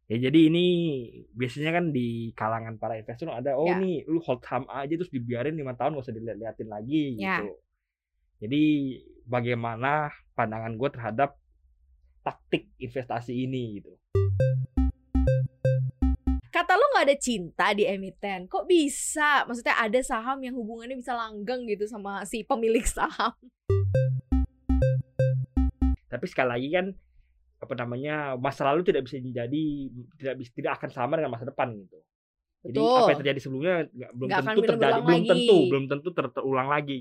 Ya jadi ini biasanya kan di kalangan para investor ada, oh Ya. nih lu hold saham aja terus dibiarin 5 tahun gak usah dilihat-liatin lagi Ya. gitu. Jadi bagaimana pandangan gue terhadap taktik investasi ini gitu. Kata lo nggak ada cinta di emiten, kok bisa? Maksudnya ada saham yang hubungannya bisa langgeng gitu sama si pemilik saham. Tapi sekali lagi kan masa lalu tidak bisa tidak akan sama dengan masa depan gitu. Jadi Betul. apa yang terjadi sebelumnya belum Nggak akan tentu terjadi, berulang lagi. belum tentu terulang lagi.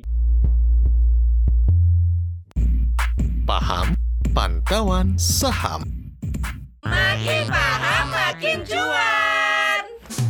Paham Pantauan Saham. Makin paham makin cuan.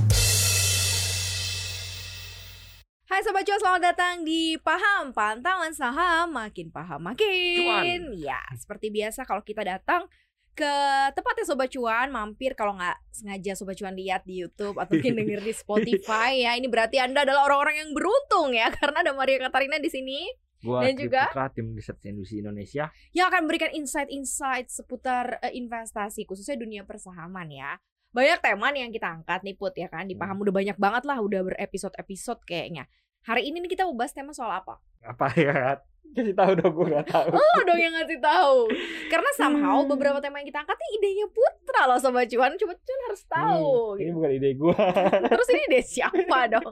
Hai Sobat Cuan, selamat datang di Paham Pantauan Saham. Makin paham makin Cuan. Ya, seperti biasa kalau kita datang ke tempatnya Sobat Cuan, mampir kalau nggak sengaja Sobat Cuan lihat di YouTube atau mungkin denger di Spotify ya. Ini berarti Anda adalah orang-orang yang beruntung ya, karena ada Maria Katarina di sini. Gua Dan juga Putra, tim riset industri Indonesia, yang akan memberikan insight-insight seputar investasi, khususnya dunia persahaman ya. Banyak tema nih yang kita angkat nih Put ya kan. Di Paham udah banyak banget lah, udah berepisode-episode kayaknya. Hari ini nih kita mau bahas tema soal apa? apa ya? Kasih tahu dong, gue nggak tahu. Oh dong yang ngasih tahu. Karena somehow beberapa tema yang kita angkat nih idenya Putra loh Sobat Cuan. Coba Cuan harus tahu. Ini bukan ide gue. Terus ini ide siapa dong?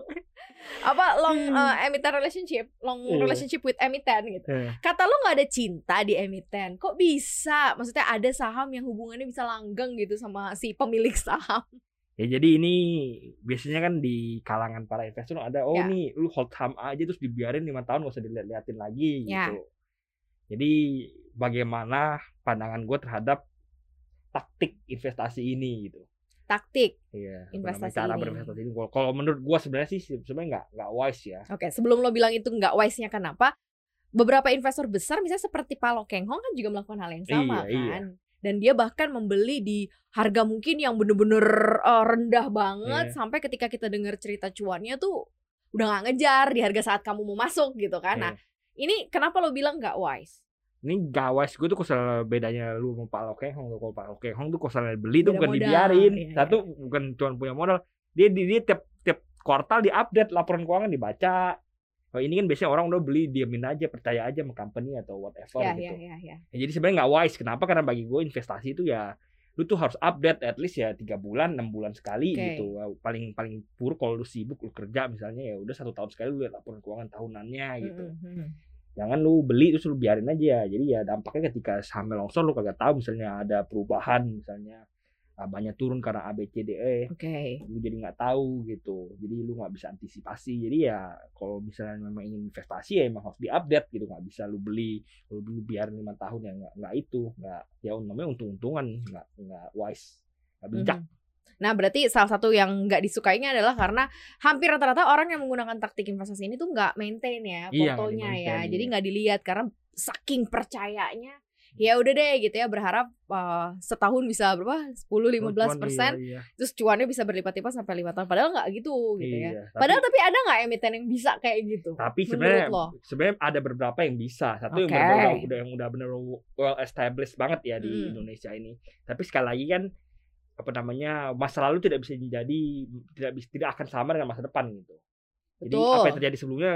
Apa emiten relationship, relationship with emiten gitu. Kata lo nggak ada cinta di emiten, kok bisa? Maksudnya ada saham yang hubungannya bisa langgeng gitu sama si pemilik saham. Ya jadi ini biasanya kan di kalangan para investor ada, oh Ya. nih lu hold saham aja terus dibiarin 5 tahun gak usah dilihat-liatin lagi Ya. gitu. Jadi bagaimana pandangan gue terhadap taktik investasi ini gitu. Taktik Iya, investasi cara ini. berinvestasi ini. Kalau menurut gue sebenarnya nggak wise ya. Oke, sebelum lo bilang itu nggak wise-nya kenapa? Beberapa investor besar misalnya seperti Pak Lo Keng Hong kan juga melakukan hal yang sama kan. Dan dia bahkan membeli di harga mungkin yang bener-bener rendah banget, sampai ketika kita dengar cerita cuannya tuh udah nggak ngejar di harga saat kamu mau masuk gitu kan. Nah, ini kenapa lo bilang nggak wise? Ini gak wise gue tuh kalau bedanya lu sama Pak Lo Keng Hong. Kalau Pak Lo Keng Hong tuh kalau beli tuh Beda bukan modal. dibiarin. Iya, Satu bukan cuma punya modal. Dia tiap kuartal diupdate laporan keuangan dibaca. Kalau ini kan biasanya orang udah beli diamin aja, percaya aja sama company atau whatever gitu. Ya. Ya, jadi sebenarnya nggak wise. Kenapa? Karena bagi gue investasi itu ya lu tuh harus update at least ya 3 bulan, 6 bulan sekali gitu. Paling buruk kalau lu sibuk lu kerja misalnya ya udah 1 tahun sekali lu lihat laporan keuangan tahunannya gitu. Jangan lu beli terus lu biarin aja. Jadi ya dampaknya ketika sahamnya longsor lu kagak tahu misalnya ada perubahan, misalnya banyak turun karena A B C D E. Lu jadi nggak tahu gitu. Jadi lu nggak bisa antisipasi. Jadi ya kalau misalnya memang ingin investasi ya emang harus diupdate gitu. Nggak bisa lu beli biarin 5 tahun ya nggak itu. Nggak, ya namanya untung-untungan, nggak wise, nggak bijak. Nah berarti salah satu yang nggak disukainya adalah karena hampir rata-rata orang yang menggunakan taktik investasi ini tuh nggak maintain ya fotonya ya. Jadi nggak dilihat karena saking percayanya. Ya udah deh gitu ya, berharap setahun bisa berapa 10-15%, terus cuannya bisa berlipat-lipat sampai 5 tahun. Padahal nggak gitu ya. Padahal tapi ada nggak emiten yang bisa kayak gitu? Tapi sebenarnya ada beberapa yang bisa. Satu yang udah benar well established banget ya di Indonesia ini. Tapi sekali lagi kan masa lalu tidak bisa tidak akan sama dengan masa depan gitu. Jadi apa yang terjadi sebelumnya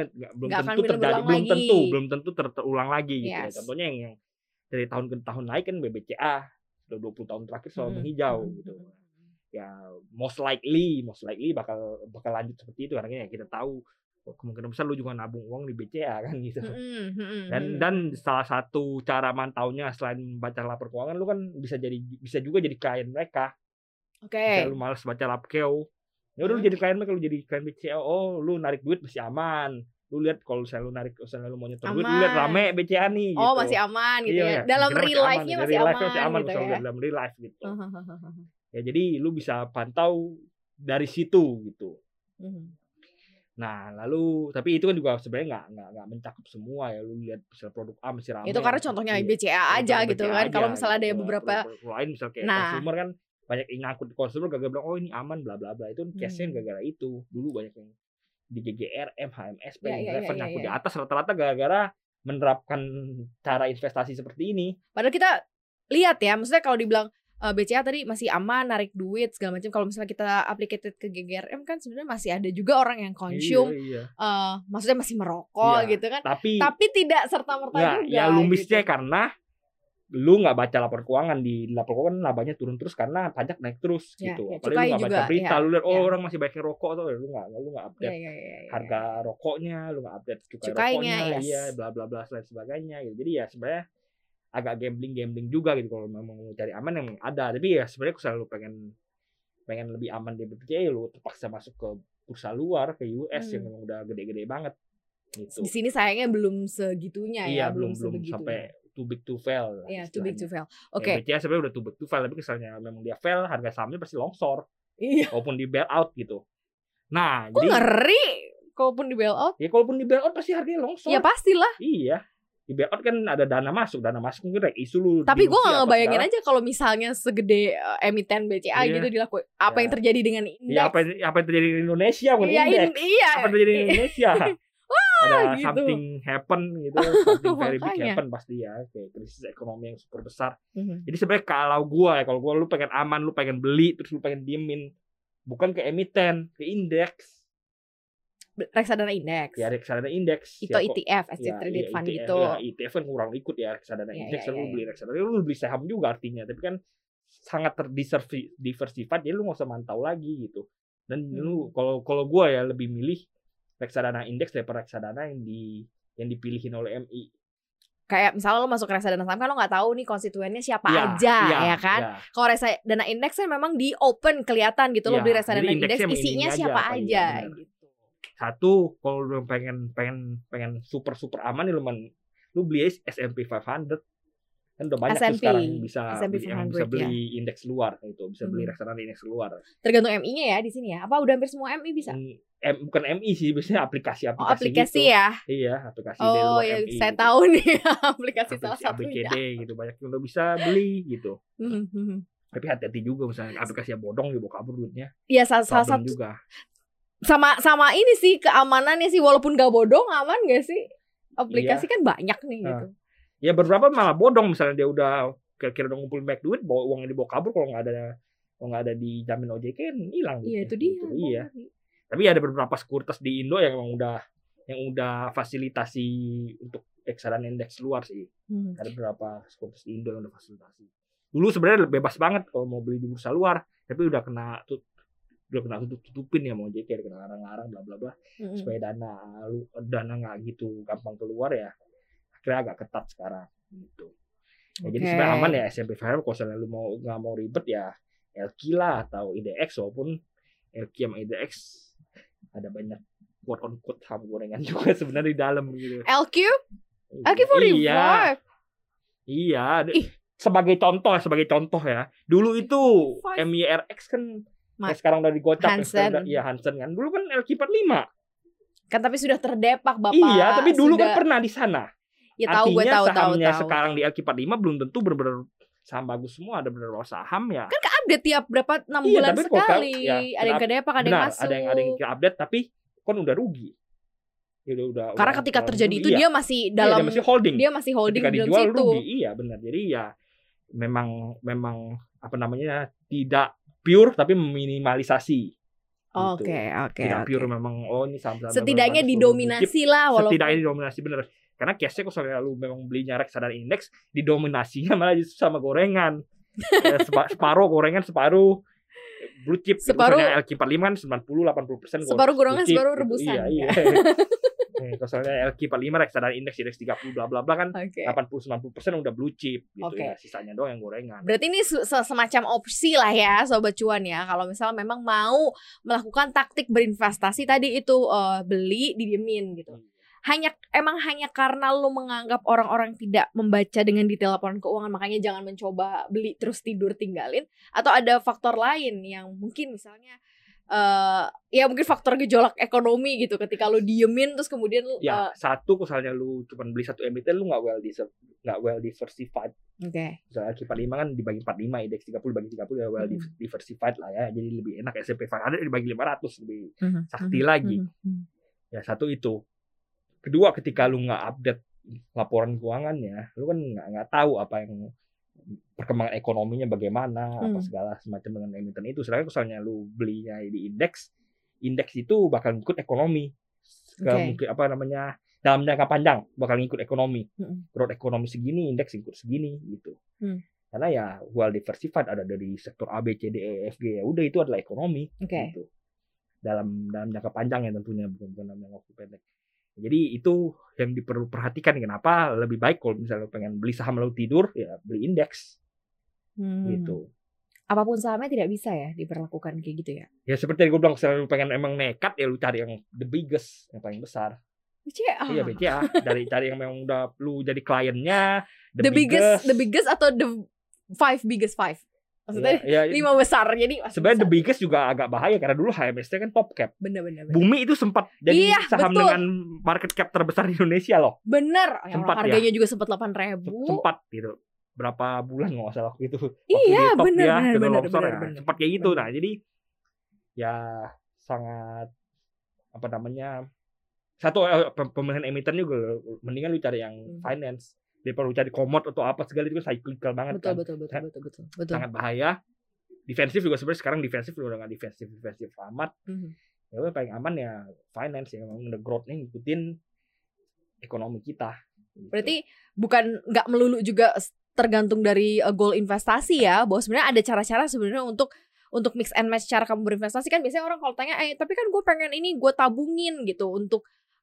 belum tentu terulang lagi gitu ya. Contohnya yang dari tahun ke tahun naik kan BBCA sudah 20 tahun terakhir selalu menghijau gitu. Ya most likely bakal lanjut seperti itu karena ya kita tahu kemungkinan besar lu juga nabung uang di BCA kan gitu. Dan salah satu cara mantaunya selain baca lapor keuangan, lu kan bisa juga jadi klien mereka. Kalau lu malas baca lapkeo, ya udah lu jadi klien mereka, lu jadi klien BCA. Oh, lu narik duit masih aman. Lu lihat kalau lu mau nyetor duit, lu lihat rame BCA nih gitu. Oh, masih aman gitu ya. Dalam real life-nya masih aman gitu ya. Dalam real life gitu. Ya jadi lu bisa pantau dari situ gitu. Nah, lalu tapi itu kan juga sebenarnya nggak mencakup semua ya. Lu lihat misalnya produk A masih ramai. Itu karena contohnya BCA aja gitu kan. Kalau misalnya ada beberapa lain misalnya kayak consumer kan banyak yang ngangkut consumer gagal bilang oh ini aman bla bla bla. Itu case-nya gara-gara itu. Dulu banyak yang di GGRM, HMS, Refer nyangkut di atas rata-rata gara-gara menerapkan cara investasi seperti ini. Padahal kita lihat ya, maksudnya kalau dibilang BCA tadi masih aman narik duit segala macam. Kalau misalnya kita applicated ke GGRM kan sebenarnya masih ada juga orang yang consume, maksudnya masih merokok gitu kan. Tapi tidak serta-merta juga. Ya lumisnya gitu. karena lu nggak baca laporan keuangan, di laporan keuangan labanya turun terus karena pajak naik terus gitu. Apalagi lu nggak baca berita, lu lihat orang masih banyak yang rokok tuh, lu nggak update harga rokoknya, lu nggak update cukainya, bla bla bla dan sebagainya gitu. Jadi ya sebenarnya agak gambling juga gitu kalau memang mau cari aman yang ada. Tapi ya sebenarnya aku selalu pengen lebih aman di BCA, lu terpaksa masuk ke bursa luar, ke US yang memang udah gede-gede banget gitu. Di sini sayangnya belum segitunya ya, belum sampai too big to fail. Iya, too big to fail. Oke. BCA sebenarnya udah too big to fail, tapi misalnya memang dia fail, harga sahamnya pasti longsor. Iya. Walaupun di bailout gitu. Nah, kok jadi ngeri kalaupun di bailout? Ya kalaupun di bailout pasti harganya longsor. Ya pastilah. Iya. Di bailout kan ada dana masuk mungkin isu lu. Tapi gue gak ngebayangin aja kalau misalnya segede emiten BCA gitu dilakuin. Apa yang terjadi dengan indeks? Ya apa yang terjadi di Indonesia bukan indeks. Apa yang terjadi di Indonesia? Ada gitu. Something happen gitu, something very big happen pasti ya, kayak krisis ekonomi yang super besar. Jadi sebenarnya kalau gue lu pengen aman, lu pengen beli terus lu pengen diemin, bukan ke emiten, ke indeks. Reksadana indeks. Ya reksadana indeks. Itu ya, ETF, Asset Traded Fund ETF, gitu. Ya, ETF kan kurang ikut ya reksadana indeks, lu beli reksadana, lu beli saham juga artinya, tapi kan sangat terdiversified, jadi lu nggak usah mantau lagi gitu. Dan lu kalau gue ya lebih milih reksadana indeks daripada reksadana yang dipilihin oleh MI. Kayak misalnya lo masuk reksadana saham kan lo nggak tahu nih konstituennya siapa aja ya kan. Kalau reksadana indeks kan memang di open kelihatan gitu, lo beli reksadana indeks isinya siapa aja gitu. Satu, kalau lo pengen super aman nih lu beli S&P 500. Kan udah banyak tuh sekarang bisa beli indeks luar itu, bisa beli reksadana indeks luar. Tergantung MI-nya ya di sini ya. Apa udah hampir semua MI bisa? Bukan MI sih, biasanya aplikasi aplikasi gitu. Ya. Iya, aplikasi dari luar MI. Saya gitu. Tahu nih aplikasi salah satunya. ABCD gitu, banyak yang udah bisa beli gitu. Tapi hati-hati juga misalnya aplikasi yang bodong dibawa kabur duitnya. Iya, salah satu juga. Sama ini sih keamanannya sih, walaupun gak bodong aman gak sih? Aplikasi kan banyak nih gitu. Ya beberapa malah bodong, misalnya dia udah kira-kira udah ngumpulin banyak duit, bawa uangnya dibawa kabur, kalau nggak ada dijamin OJK kan hilang. Iya itu dia. Gitu. Iya. Tapi ada beberapa sekuritas di Indo yang udah fasilitasi untuk reksadana indeks luar sih. Ada beberapa sekuritas di Indo yang udah fasilitasi. Dulu sebenarnya bebas banget kalau mau beli di bursa luar, tapi udah kena tutupin ya mau OJK, kena larang-larang bla bla bla, supaya dana nggak gitu gampang keluar ya. Akhirnya agak ketat sekarang gitu. Ya, jadi sebenarnya aman ya S&P 500. Kalau misalnya lu nggak mau ribet ya LQ lah atau IDX, walaupun LQ sama IDX ada banyak quote on quote saham gorengan juga sebenarnya di dalam gitu. LQ 45. Iya. Sebagai contoh ya. Dulu itu MYRX kan sekarang udah digocap. Hansen. Iya Hansen kan. Dulu kan LQ 45. Kan tapi sudah terdepak Bapak. Iya, tapi dulu kan pernah di sana. Ya tahu, gue tahu. Sahamnya sekarang di LQ45 belum tentu benar-benar saham bagus semua, ada beberapa saham ya. Kan update tiap berapa 6 bulan sekali. Ada yang kedepak, ada yang masuk. Ada yang update tapi kan udah rugi. Ya karena ketika terjadi itu dia masih dalam dia masih holding. Dia masih holding ketika dalam dijual situ. Rugi. Iya, benar. Jadi ya memang apa namanya? Tidak pure tapi meminimalisasi. Oke. Tidak pure memang ini saham-saham. Setidaknya didominasi lah walaupun. Setidaknya didominasi benar. Karena case-nya kalau misalnya lu memang belinya reksadana indeks, didominasinya malah justru sama gorengan. Separuh gorengan, separuh blue chip. Misalnya LQ45 kan 90-80%. Separuh gorengan, separuh rebusan. Iya. Kalau misalnya LQ45 reksadana indeks 30 bla bla bla kan 80-90% udah blue chip gitu ya. Sisanya doang yang gorengan. Berarti ini semacam opsi lah ya Sobat Cuan ya. Kalau misalnya memang mau melakukan taktik berinvestasi tadi itu beli didiemin gitu. Hanya karena lu menganggap orang-orang tidak membaca dengan detail laporan keuangan, makanya jangan mencoba beli terus tidur tinggalin, atau ada faktor lain yang mungkin misalnya ya mungkin faktor gejolak ekonomi gitu, ketika lu diemin terus kemudian satu misalnya lu cuma beli satu emiten, lu nggak well diversified. Misalnya Q45 kan dibagi 45, indeks 30 dibagi 30 ya well diversified lah ya, jadi lebih enak. S&P 500 dibagi 500 lebih sakti lagi. Ya satu itu. Kedua, ketika lu nggak update laporan keuangannya, lu kan nggak tahu apa yang perkembangan ekonominya bagaimana, apa segala semacam dengan emiten itu. Sedangkan misalnya lu belinya di indeks itu bakal ngikut ekonomi. Mungkin dalam jangka panjang bakal ngikut ekonomi. Growth ekonomi segini, indeks ikut segini gitu. Karena ya well diversified, ada dari sektor A, B, C, D, E, F, G, ya udah itu adalah ekonomi gitu. Dalam jangka panjang ya tentunya, bukan dalam jangka waktu pendek. Jadi itu yang diperlu perhatikan, kenapa lebih baik kalau misalnya pengen beli saham lalu tidur ya beli indeks. Gitu. Apapun sahamnya tidak bisa ya diperlakukan kayak gitu ya. Ya seperti yang gue bilang, kalau lu pengen emang nekat ya lu cari yang the biggest, yang paling besar. BCA. Iya BCA. Cari yang memang udah lu jadi kliennya the biggest atau the 5 biggest 5. Maksudnya 5 besar. Jadi sebenarnya the biggest juga agak bahaya karena dulu HMST kan top cap. Bener. Bumi itu sempat jadi saham dengan market cap terbesar di Indonesia loh. Bener. Sempat harganya juga sempat 8.000. Sempat gitu. Berapa bulan nggak salah waktu itu. Iya bener. Sempat kayak gitu. Nah jadi ya sangat satu pemilihan emiten juga mendingan lu cari yang finance daripada lu cari komod atau apa segala itu cyclical banget. Betul. Sangat bahaya. Defensif juga sebenarnya sekarang defensif udah nggak defensif amat. Ya udah paling aman ya finance yang memang the growth-nya ngikutin ekonomi kita. Gitu. Berarti bukan nggak melulu juga tergantung dari goal investasi ya, bahwa sebenarnya ada cara-cara sebenarnya untuk mix and match cara kamu berinvestasi. Kan biasanya orang kalau tanya, tapi kan gue pengen ini gue tabungin gitu untuk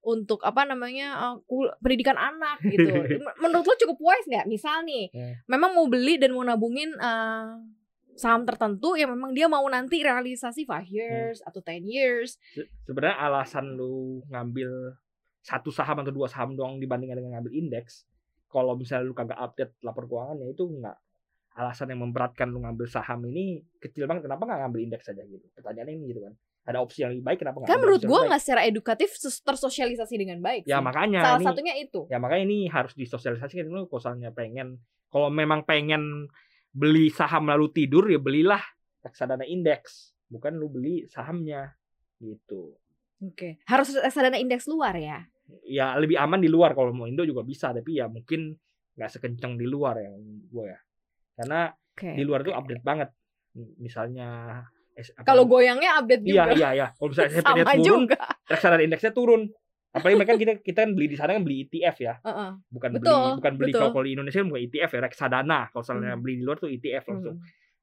pendidikan anak gitu. Menurut lo cukup wise nggak? Misal nih, memang mau beli dan mau nabungin saham tertentu yang memang dia mau nanti realisasi 5 years atau 10 years. Sebenarnya alasan lu ngambil satu saham atau 2 saham doang dibandingkan dengan ngambil indeks, kalau misalnya lu kagak update lapor keuangannya, itu nggak alasan yang memberatkan lu ngambil saham ini kecil banget. Kenapa nggak ngambil indeks saja gitu? Pertanyaannya ini gitu kan. Ada opsi yang lebih baik, kenapa nggak? Kan menurut gue nggak secara edukatif tersosialisasi dengan baik sih. Ya makanya salah satunya itu. Ya makanya ini harus disosialisasikan. Lu kalau memang pengen beli saham lalu tidur ya belilah reksadana indeks, bukan lu beli sahamnya gitu. Oke. Harus reksadana indeks luar ya? Ya lebih aman di luar, kalau mau Indo juga bisa, tapi ya mungkin nggak sekencang di luar yang gue ya, karena di luar tuh update banget. Misalnya kalau goyangnya update juga. Iya. Kalau misalnya SP-nya turun, reksadana indeksnya turun. Apalagi mereka kita kan beli di sana kan beli ETF ya, bukan beli kalau di Indonesia kan bukan ETF ya, reksadana. Kalau misalnya beli di luar tuh ETF langsung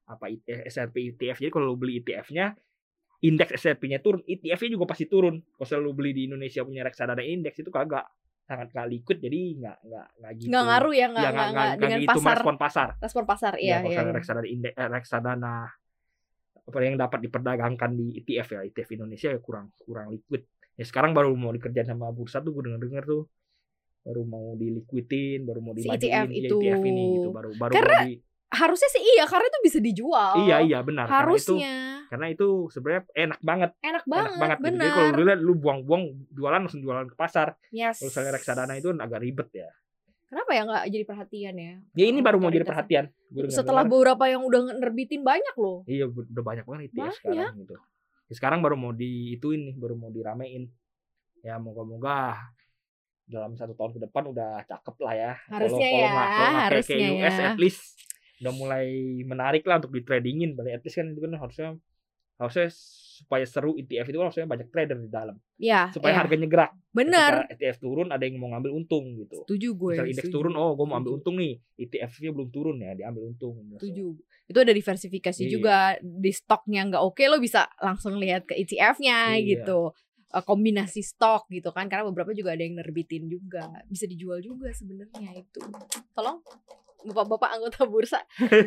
S&P ETF. Jadi kalau beli ETF-nya, indeks S&P-nya turun, ETF-nya juga pasti turun. Kalau selalu beli di Indonesia punya reksadana indeks itu sangat nggak liquid, jadi nggak gitu. Nggak ngaruh ya, nggak dengan gitu, pasar. Respon pasar, iya. Kalau reksadana indeks, reksadana apa yang dapat diperdagangkan di ETF ya, ETF Indonesia ya kurang liquid. Ya sekarang baru mau dikerjain sama bursa tuh, gue dengar tuh baru mau dilikuidin, baru mau dimajuin ETF ini gitu, baru karena harusnya sih karena itu bisa dijual. Iya benar. Harusnya. Karena itu sebenarnya enak banget. Enak banget. Gitu. Jadi kalau lu buang-buang jualan langsung jualan ke pasar. Yes. Kalau misalnya reksadana itu agak ribet ya. Kenapa ya nggak jadi perhatian ya? Ya ini baru mau jadi perhatian. Setelah beberapa yang udah nerbitin banyak loh. Iya udah banyak banget ETF sekarang gitu. Ya, sekarang baru mau baru mau diramein. Ya moga-moga dalam 1 tahun ke depan udah cakep lah ya. Harusnya kalau kayak US at least udah mulai menarik lah untuk di-tradingin. At least kan itu kan harusnya supaya seru ETF itu kan harusnya banyak trader di dalam. Ya, supaya harganya gerak. Benar. ETF turun ada yang mau ngambil untung gitu. Setuju gue. Misalnya indeks turun, gue mau ambil untung nih. ETF-nya belum turun ya, diambil untung. Setuju. Itu ada diversifikasi juga. Di stoknya nggak oke, lo bisa langsung lihat ke ETF-nya gitu. Kombinasi stok gitu kan, karena beberapa juga ada yang nerbitin juga, bisa dijual juga sebenarnya itu. Tolong bapak-bapak anggota bursa.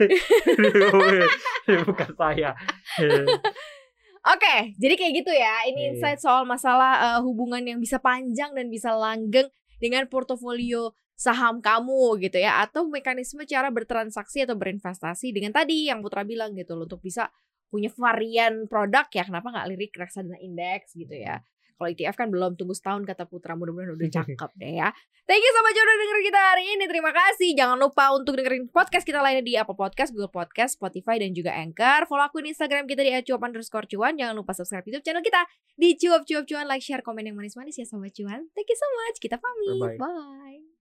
Bukan saya. Oke, jadi kayak gitu ya. Ini insight soal masalah hubungan yang bisa panjang dan bisa langgeng dengan portofolio saham kamu gitu ya, atau mekanisme cara bertransaksi atau berinvestasi dengan tadi yang Putra bilang gitu loh, untuk bisa punya varian produk ya. Kenapa nggak lirik reksadana indeks gitu ya? Kalau ETF kan belum, tunggu setahun kata Putra, mudah-mudahan udah cakep deh ya. Thank you so much udah dengerin kita hari ini. Terima kasih. Jangan lupa untuk dengerin podcast kita lainnya di Apple Podcast, Google Podcast, Spotify, dan juga Anchor. Follow akun Instagram kita di @cuap_cuan. Jangan lupa subscribe YouTube channel kita di Cuap Cuan. Like, share, komen yang manis-manis ya Sobat Cuan. Thank you so much. Kita pamit. Bye.